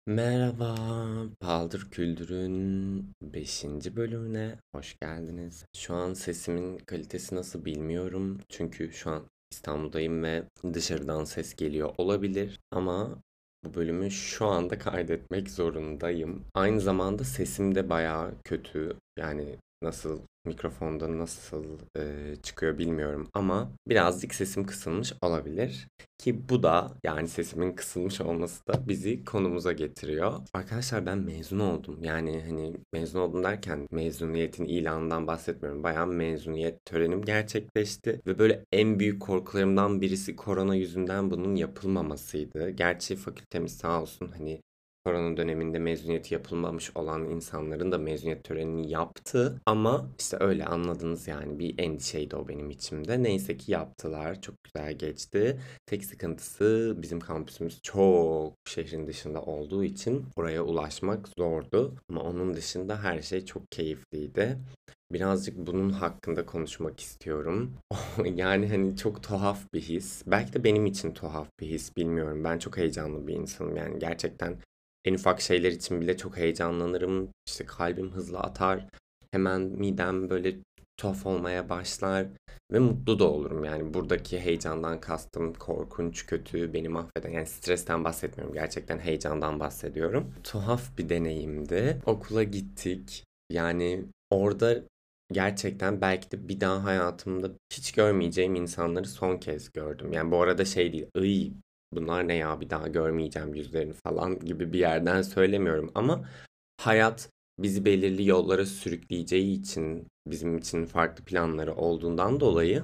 Merhaba, Paldır Küldür'ün 5. bölümüne hoş geldiniz. Şu an sesimin kalitesi nasıl bilmiyorum. Çünkü şu an İstanbul'dayım ve dışarıdan ses geliyor olabilir. Ama bu bölümü şu anda kaydetmek zorundayım. Aynı zamanda sesim de bayağı kötü. Yani nasıl mikrofonda nasıl çıkıyor bilmiyorum ama birazcık sesim kısılmış olabilir. Ki bu da yani sesimin kısılmış olması da bizi konumuza getiriyor. Arkadaşlar ben mezun oldum. Yani hani mezun oldum derken mezuniyetin ilanından bahsetmiyorum. Bayağı mezuniyet törenim gerçekleşti. Ve böyle en büyük korkularımdan birisi korona yüzünden bunun yapılmamasıydı. Gerçi fakültemiz sağ olsun hani korona döneminde mezuniyeti yapılmamış olan insanların da mezuniyet törenini yaptı. Ama işte öyle anladınız yani bir endişeydi o benim içimde. Neyse ki yaptılar. Çok güzel geçti. Tek sıkıntısı bizim kampüsümüz çok şehrin dışında olduğu için oraya ulaşmak zordu. Ama onun dışında her şey çok keyifliydi. Birazcık bunun hakkında konuşmak istiyorum. Yani hani çok tuhaf bir his. Belki de benim için tuhaf bir his, bilmiyorum. Ben çok heyecanlı bir insanım. Yani gerçekten en ufak şeyler için bile çok heyecanlanırım. İşte kalbim hızlı atar. Hemen midem böyle tuhaf olmaya başlar. Ve mutlu da olurum yani buradaki heyecandan kastım korkunç, kötü, beni mahveden yani stresten bahsetmiyorum, gerçekten heyecandan bahsediyorum. Tuhaf bir deneyimdi. Okula gittik. Yani orada gerçekten belki de bir daha hayatımda hiç görmeyeceğim insanları son kez gördüm. Yani bu arada şey değil, ıy bunlar ne ya bir daha görmeyeceğim yüzlerini falan gibi bir yerden söylemiyorum ama hayat bizi belirli yollara sürükleyeceği için bizim için farklı planları olduğundan dolayı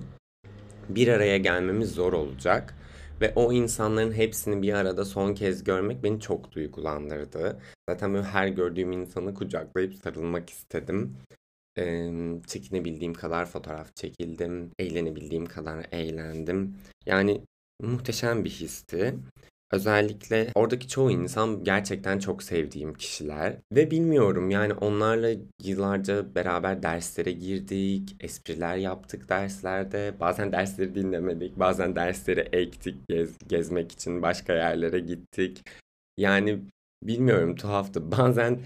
bir araya gelmemiz zor olacak. Ve o insanların hepsini bir arada son kez görmek beni çok duygulandırdı. Zaten böyle her gördüğüm insanı kucaklayıp sarılmak istedim. Çekinebildiğim kadar fotoğraf çekildim. Eğlenebildiğim kadar eğlendim. Yani muhteşem bir histi. Özellikle oradaki çoğu insan gerçekten çok sevdiğim kişiler. Ve bilmiyorum yani onlarla yıllarca beraber derslere girdik, espriler yaptık derslerde. Bazen dersleri dinlemedik, bazen dersleri ektik gezmek için başka yerlere gittik. Yani bilmiyorum tuhaftı. Bazen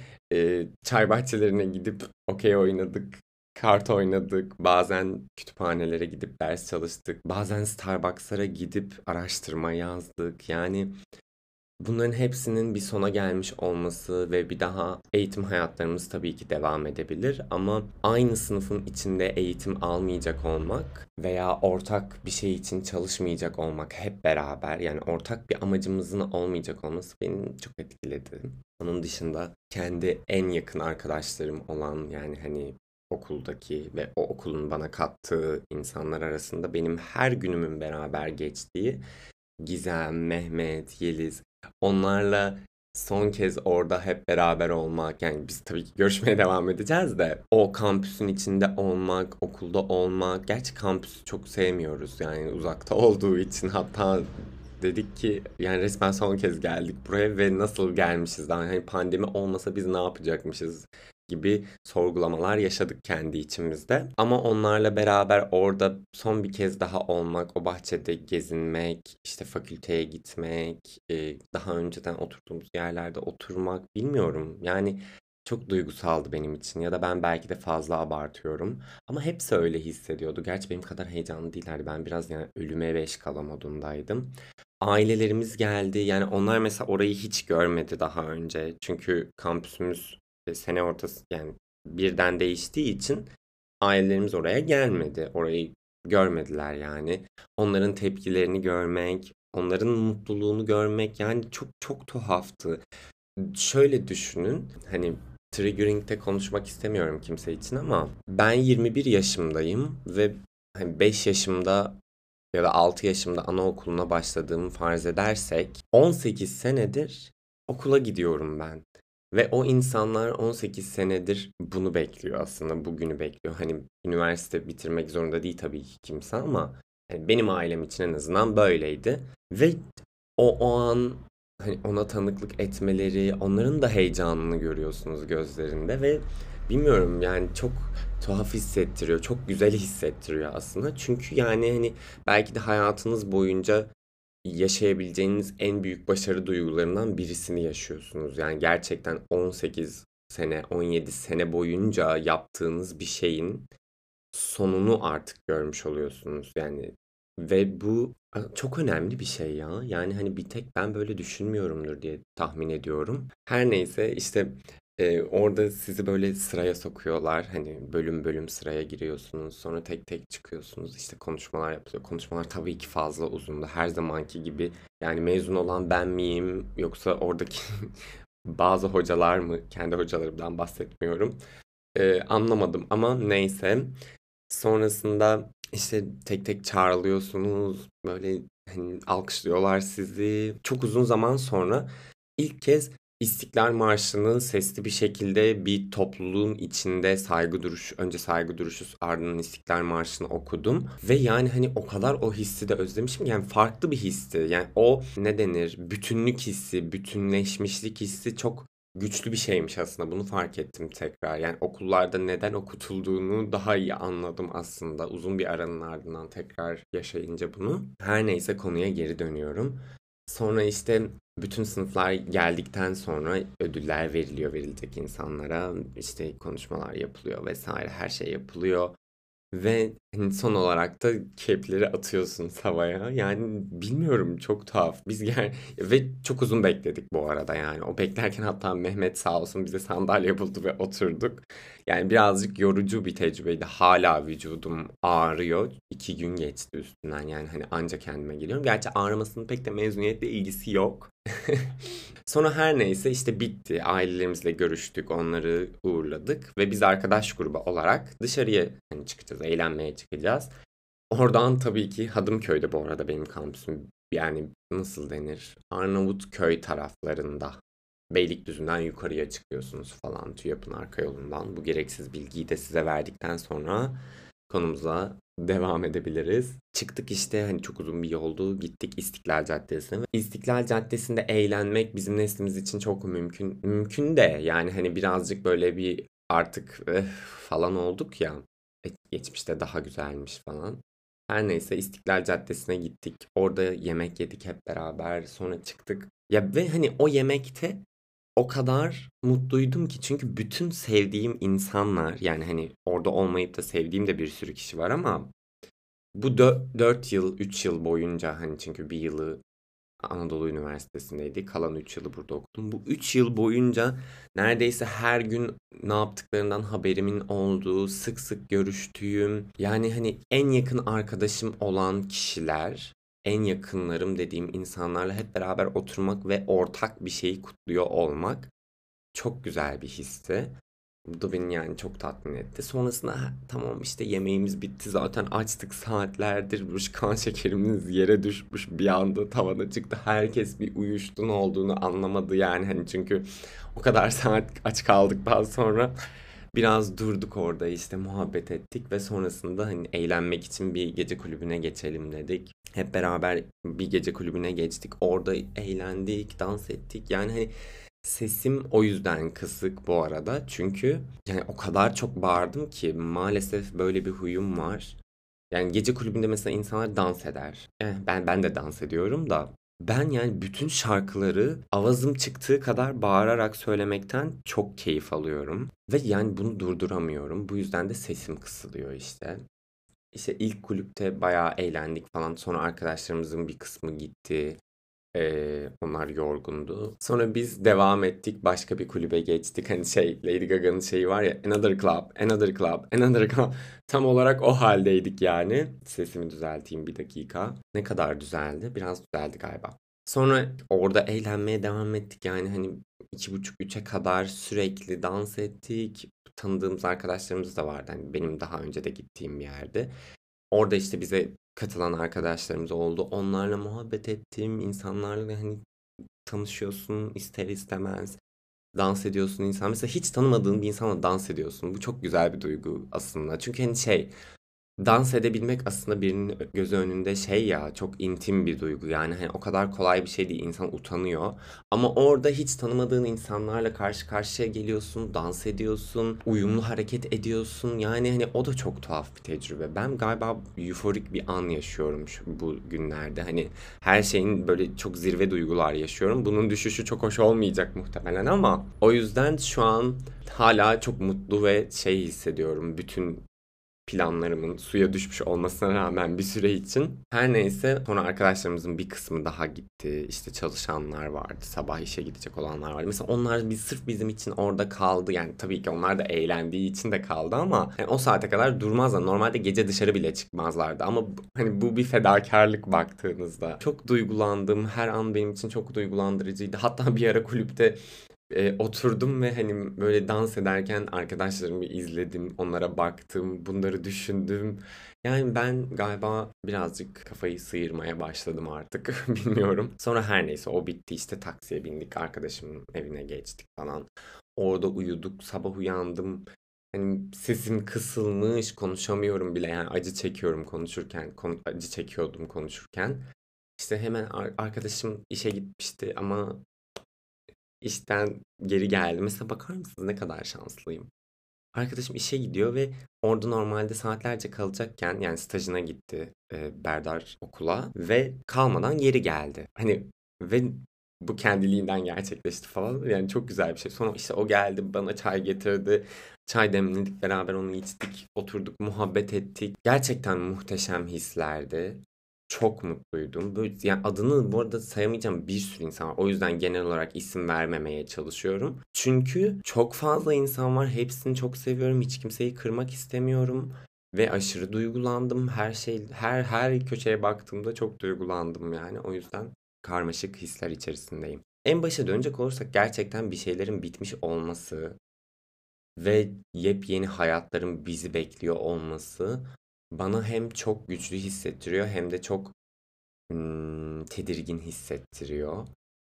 çay bahçelerine gidip okey oynadık, kart oynadık. Bazen kütüphanelere gidip ders çalıştık. Bazen Starbucks'lara gidip araştırma yazdık. Yani bunların hepsinin bir sona gelmiş olması ve bir daha eğitim hayatlarımız tabii ki devam edebilir ama aynı sınıfın içinde eğitim almayacak olmak veya ortak bir şey için çalışmayacak olmak hep beraber yani ortak bir amacımızın olmayacak olması beni çok etkiledi. Onun dışında kendi en yakın arkadaşlarım olan yani hani okuldaki ve o okulun bana kattığı insanlar arasında benim her günümün beraber geçtiği Gizem, Mehmet, Yeliz, onlarla son kez orada hep beraber olmak yani biz tabii ki görüşmeye devam edeceğiz de o kampüsün içinde olmak, okulda olmak. Gerçi kampüsü çok sevmiyoruz yani uzakta olduğu için, hatta dedik ki yani resmen son kez geldik buraya ve nasıl gelmişiz daha hani pandemi olmasa biz ne yapacakmışız gibi sorgulamalar yaşadık kendi içimizde. Ama onlarla beraber orada son bir kez daha olmak, o bahçede gezinmek, işte fakülteye gitmek, daha önceden oturduğumuz yerlerde oturmak, bilmiyorum. Yani çok duygusaldı benim için ya da ben belki de fazla abartıyorum. Ama hepsi öyle hissediyordu. Gerçi benim kadar heyecanlı değillerdi. Ben biraz yani ölüme beş kala modundaydım. Ailelerimiz geldi. Yani onlar mesela orayı hiç görmedi daha önce. Çünkü kampüsümüz sene ortası yani birden değiştiği için ailelerimiz oraya gelmedi. Orayı görmediler yani. Onların tepkilerini görmek, onların mutluluğunu görmek yani çok çok tuhaftı. Şöyle düşünün, hani triggering'de konuşmak istemiyorum kimse için ama ben 21 yaşımdayım ve hani 5 yaşımda ya da 6 yaşımda anaokuluna başladığımı farz edersek 18 senedir okula gidiyorum ben. Ve o insanlar 18 senedir bunu bekliyor aslında, bugünü bekliyor. Hani üniversite bitirmek zorunda değil tabii ki kimse ama hani benim ailem için en azından böyleydi. Ve o an hani ona tanıklık etmeleri, onların da heyecanını görüyorsunuz gözlerinde ve bilmiyorum yani çok tuhaf hissettiriyor, çok güzel hissettiriyor aslında. Çünkü yani hani belki de hayatınız boyunca yaşayabileceğiniz en büyük başarı duygularından birisini yaşıyorsunuz. Yani gerçekten 18 sene, 17 sene boyunca yaptığınız bir şeyin sonunu artık görmüş oluyorsunuz. Yani ve bu çok önemli bir şey ya. Yani hani bir tek ben böyle düşünmüyorumdur diye tahmin ediyorum. Her neyse işte orada sizi böyle sıraya sokuyorlar. Hani bölüm bölüm sıraya giriyorsunuz. Sonra tek tek çıkıyorsunuz. İşte konuşmalar yapılıyor. Konuşmalar tabii ki fazla uzundu. Her zamanki gibi. Yani mezun olan ben miyim yoksa oradaki bazı hocalar mı? Kendi hocalarımdan bahsetmiyorum. Anlamadım ama neyse. Sonrasında işte tek tek çağrılıyorsunuz. Böyle hani alkışlıyorlar sizi. Çok uzun zaman sonra ilk kez İstiklal Marşı'nı sesli bir şekilde bir topluluğun içinde saygı duruşu, önce saygı duruşu ardından İstiklal Marşı'nı okudum. Ve yani hani o kadar o hissi de özlemişim ki yani farklı bir histi. Yani o ne denir? Bütünlük hissi, bütünleşmişlik hissi çok güçlü bir şeymiş aslında. Bunu fark ettim tekrar. Yani okullarda neden okutulduğunu daha iyi anladım aslında. Uzun bir aranın ardından tekrar yaşayınca bunu. Her neyse konuya geri dönüyorum. Sonra işte bütün sınıflar geldikten sonra ödüller veriliyor verilecek insanlara. İşte konuşmalar yapılıyor vesaire her şey yapılıyor. Ve hani son olarak da kepleri atıyorsun havaya. Yani bilmiyorum çok tuhaf. Ve çok uzun bekledik bu arada yani. O beklerken hatta Mehmet sağ olsun bize sandalye buldu ve oturduk. Yani birazcık yorucu bir tecrübeydi. Hala vücudum ağrıyor. 2 gün geçti üstünden yani hani anca kendime geliyorum. Gerçi ağrımasının pek de mezuniyetle ilgisi yok. Sonra her neyse işte bitti. Ailelerimizle görüştük, onları uğurladık ve biz arkadaş grubu olarak dışarıya hani çıkacağız, eğlenmeye çıkacağız. Oradan tabii ki Hadımköy'de bu arada benim kampüsüm. Yani nasıl denir? Arnavutköy taraflarında. Beylikdüzü'nden yukarıya çıkıyorsunuz falan TÜYAP'ın arka yolundan. Bu gereksiz bilgiyi de size verdikten sonra konumuza devam edebiliriz. Çıktık işte hani çok uzun bir yoldu. Gittik İstiklal Caddesi'ne. İstiklal Caddesi'nde eğlenmek bizim neslimiz için çok mümkün. Mümkün de yani hani birazcık böyle bir artık falan olduk ya. Geçmişte daha güzelmiş falan. Her neyse İstiklal Caddesi'ne gittik. Orada yemek yedik hep beraber. Sonra çıktık. Ya ve hani o yemekte o kadar mutluydum ki çünkü bütün sevdiğim insanlar yani hani orada olmayıp da sevdiğim de bir sürü kişi var ama bu 4 yıl 3 yıl boyunca hani çünkü bir yılı Anadolu Üniversitesi'ndeydi. Kalan 3 yılı burada okudum. Bu 3 yıl boyunca neredeyse her gün ne yaptıklarından haberimin olduğu, sık sık görüştüğüm, yani hani en yakın arkadaşım olan kişiler, en yakınlarım dediğim insanlarla hep beraber oturmak ve ortak bir şeyi kutluyor olmak çok güzel bir histi. Bu da beni yani çok tatmin etti. Sonrasında tamam işte yemeğimiz bitti zaten açtık saatlerdir. Kan şekerimiz yere düşmüş bir anda tavana çıktı. Herkes bir uyuştu ne olduğunu anlamadı yani hani çünkü o kadar saat aç kaldıktan sonra biraz durduk orada işte muhabbet ettik ve sonrasında hani eğlenmek için bir gece kulübüne geçelim dedik. Hep beraber bir gece kulübüne geçtik. Orada eğlendik, dans ettik. Yani hani sesim o yüzden kısık bu arada. Çünkü yani o kadar çok bağırdım ki maalesef böyle bir huyum var. Yani gece kulübünde mesela insanlar dans eder. Ben de dans ediyorum da ben yani bütün şarkıları avazım çıktığı kadar bağırarak söylemekten çok keyif alıyorum. Ve yani bunu durduramıyorum. Bu yüzden de sesim kısılıyor işte. İşte ilk kulüpte bayağı eğlendik falan. Sonra arkadaşlarımızın bir kısmı gitti. Onlar yorgundu. Sonra biz devam ettik. Başka bir kulübe geçtik. Hani şey Lady Gaga'nın şeyi var ya Another Club, Another Club, Another Club. Tam olarak o haldeydik yani. Sesimi düzelteyim bir dakika. Ne kadar düzeldi? Biraz düzeldi galiba. Sonra orada eğlenmeye devam ettik. Yani hani 2.30-3'e kadar sürekli dans ettik. Tanıdığımız arkadaşlarımız da vardı. Hani benim daha önce de gittiğim bir yerde. Orada işte bize katılan arkadaşlarımız oldu. Onlarla muhabbet ettim. İnsanlarla hani tanışıyorsun ister istemez. Dans ediyorsun insan. Mesela hiç tanımadığın bir insanla dans ediyorsun. Bu çok güzel bir duygu aslında. Çünkü hani şey Dans edebilmek aslında birinin gözü önünde şey ya, çok intim bir duygu yani hani o kadar kolay bir şey değil, insan utanıyor ama orada hiç tanımadığın insanlarla karşı karşıya geliyorsun, dans ediyorsun, uyumlu hareket ediyorsun, yani hani o da çok tuhaf bir tecrübe. Ben galiba euforik bir an yaşıyorum bu günlerde, hani her şeyin böyle çok zirve duygular yaşıyorum, bunun düşüşü çok hoş olmayacak muhtemelen ama o yüzden şu an hala çok mutlu ve şey hissediyorum, bütün planlarımın suya düşmüş olmasına rağmen bir süre için. Her neyse, sonra arkadaşlarımızın bir kısmı daha gitti. İşte çalışanlar vardı, sabah işe gidecek olanlar vardı. Mesela onlar sırf bizim için orada kaldı. Yani tabii ki onlar da eğlendiği için de kaldı ama yani o saate kadar durmazlar. Normalde gece dışarı bile çıkmazlardı ama hani bu bir fedakarlık baktığınızda. Çok duygulandım. Her an benim için çok duygulandırıcıydı. Hatta bir ara kulüpte oturdum ve hani böyle dans ederken arkadaşlarımı izledim, onlara baktım, bunları düşündüm. Yani ben galiba birazcık kafayı sıyırmaya başladım artık, bilmiyorum. Sonra her neyse o bitti, işte taksiye bindik, arkadaşımın evine geçtik falan. Orada uyuduk, sabah uyandım. Hani sesim kısılmış, konuşamıyorum bile, yani acı çekiyorum konuşurken, acı çekiyordum konuşurken. İşte hemen arkadaşım işe gitmişti ama işten geri geldi. Mesela bakar mısınız ne kadar şanslıyım. Arkadaşım işe gidiyor ve orada normalde saatlerce kalacakken, yani stajına gitti Berdar okula ve kalmadan geri geldi. Hani ve bu kendiliğinden gerçekleşti falan. Yani çok güzel bir şey. Sonra işte o geldi, bana çay getirdi. Çay demledik, beraber onu içtik. Oturduk, muhabbet ettik. Gerçekten muhteşem hislerdi. Çok mutluydum. Böyle, yani adını bu arada sayamayacağım bir sürü insan var. O yüzden genel olarak isim vermemeye çalışıyorum. Çünkü çok fazla insan var. Hepsini çok seviyorum. Hiç kimseyi kırmak istemiyorum. Ve aşırı duygulandım. Her şey, her köşeye baktığımda çok duygulandım yani. O yüzden karmaşık hisler içerisindeyim. En başa dönecek olursak, gerçekten bir şeylerin bitmiş olması ve yepyeni hayatların bizi bekliyor olması bana hem çok güçlü hissettiriyor hem de çok tedirgin hissettiriyor.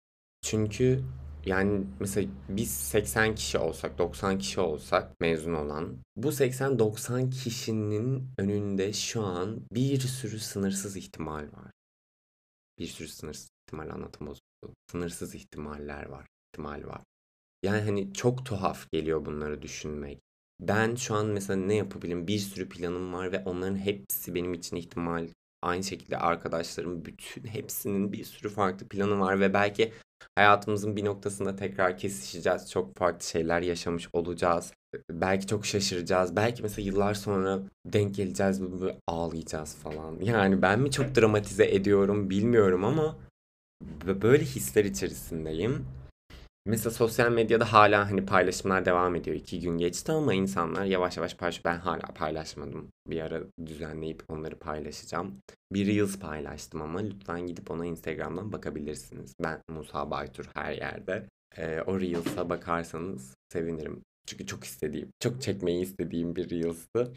Çünkü yani mesela biz 80 kişi olsak, 90 kişi olsak mezun olan, bu 80-90 kişinin önünde şu an bir sürü sınırsız ihtimal var. Bir sürü sınırsız ihtimal, anlatım bozuldu. Sınırsız ihtimaller var, ihtimal var. Yani hani çok tuhaf geliyor bunları düşünmek. Ben şu an mesela ne yapabilirim? Bir sürü planım var ve onların hepsi benim için ihtimal. Aynı şekilde arkadaşlarım, bütün hepsinin bir sürü farklı planı var ve belki hayatımızın bir noktasında tekrar kesişeceğiz. Çok farklı şeyler yaşamış olacağız. Belki çok şaşıracağız. Belki mesela yıllar sonra denk geleceğiz ve böyle ağlayacağız falan. Yani ben mi çok dramatize ediyorum bilmiyorum ama böyle hisler içerisindeyim. Mesela sosyal medyada hala hani paylaşımlar devam ediyor. 2 gün geçti ama insanlar yavaş yavaş paylaşıyor. Ben hala paylaşmadım. Bir ara düzenleyip onları paylaşacağım. Bir Reels paylaştım ama lütfen gidip ona Instagram'dan bakabilirsiniz. Ben Musa Baytur her yerde. O Reels'a bakarsanız sevinirim. Çünkü çok istediğim, çok çekmeyi istediğim bir Reels'tı.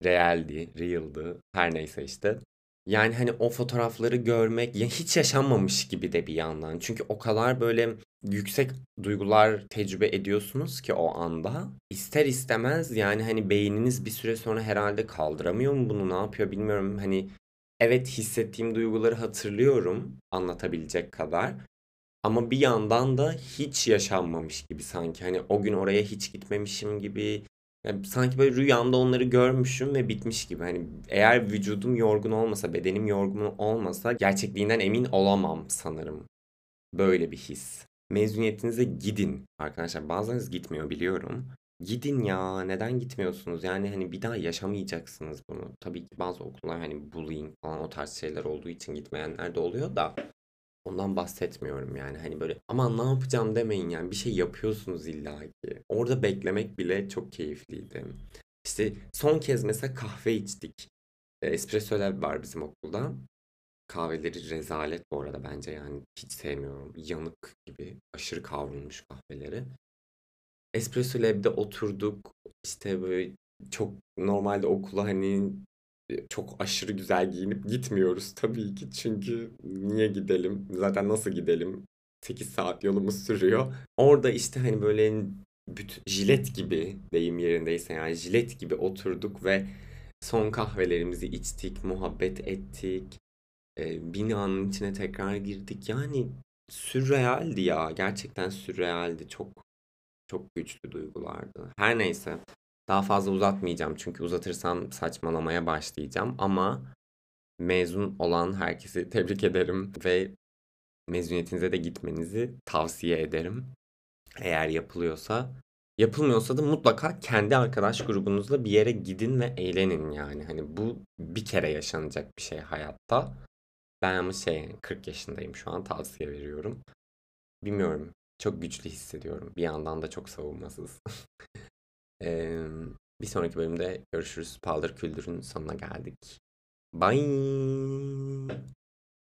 Real'dı. Her neyse işte. Yani hani o fotoğrafları görmek ya hiç yaşanmamış gibi de bir yandan. Çünkü o kadar böyle yüksek duygular tecrübe ediyorsunuz ki o anda. İster istemez yani hani beyniniz bir süre sonra herhalde kaldıramıyor mu bunu, ne yapıyor bilmiyorum. Hani evet, hissettiğim duyguları hatırlıyorum anlatabilecek kadar. Ama bir yandan da hiç yaşanmamış gibi sanki. Hani o gün oraya hiç gitmemişim gibi. Yani sanki böyle rüyamda onları görmüşüm ve bitmiş gibi. Hani eğer vücudum yorgun olmasa, bedenim yorgun olmasa gerçekliğinden emin olamam sanırım. Böyle bir his. Mezuniyetinize gidin arkadaşlar. Bazılarınız gitmiyor biliyorum. Gidin ya. Neden gitmiyorsunuz? Yani hani bir daha yaşamayacaksınız bunu. Tabii ki bazı okullar hani bullying falan o tarz şeyler olduğu için gitmeyenler de oluyor da ondan bahsetmiyorum yani. Hani böyle aman ne yapacağım demeyin, yani bir şey yapıyorsunuz illa ki. Orada beklemek bile çok keyifliydi. İşte son kez mesela kahve içtik. Espresso Lab var bizim okulda. Kahveleri rezalet bu arada bence, yani hiç sevmiyorum. Yanık gibi aşırı kavrulmuş kahveleri. Espresso Lab'de oturduk. İşte böyle çok normalde okula hani çok aşırı güzel giyinip gitmiyoruz tabii ki. Çünkü niye gidelim? Zaten nasıl gidelim? 8 saat yolumuz sürüyor. Orada işte hani böyle jilet gibi, deyim yerindeyse yani jilet gibi oturduk ve Son kahvelerimizi içtik, muhabbet ettik. Binanın içine tekrar girdik. Yani sürrealdi ya. Gerçekten sürrealdi. Çok çok güçlü duygulardı. Her neyse. Daha fazla uzatmayacağım çünkü uzatırsam saçmalamaya başlayacağım. Ama mezun olan herkesi tebrik ederim ve mezuniyetinize de gitmenizi tavsiye ederim. Eğer yapılıyorsa. Yapılmıyorsa da mutlaka kendi arkadaş grubunuzla bir yere gidin ve eğlenin yani. Hani bu bir kere yaşanacak bir şey hayatta. Ben ama 40 yaşındayım şu an, tavsiye veriyorum. Bilmiyorum. Çok güçlü hissediyorum. Bir yandan da çok savunmasız. Eee, Bir sonraki bölümde görüşürüz. Paldır Küldür'ün sonuna geldik. Bye.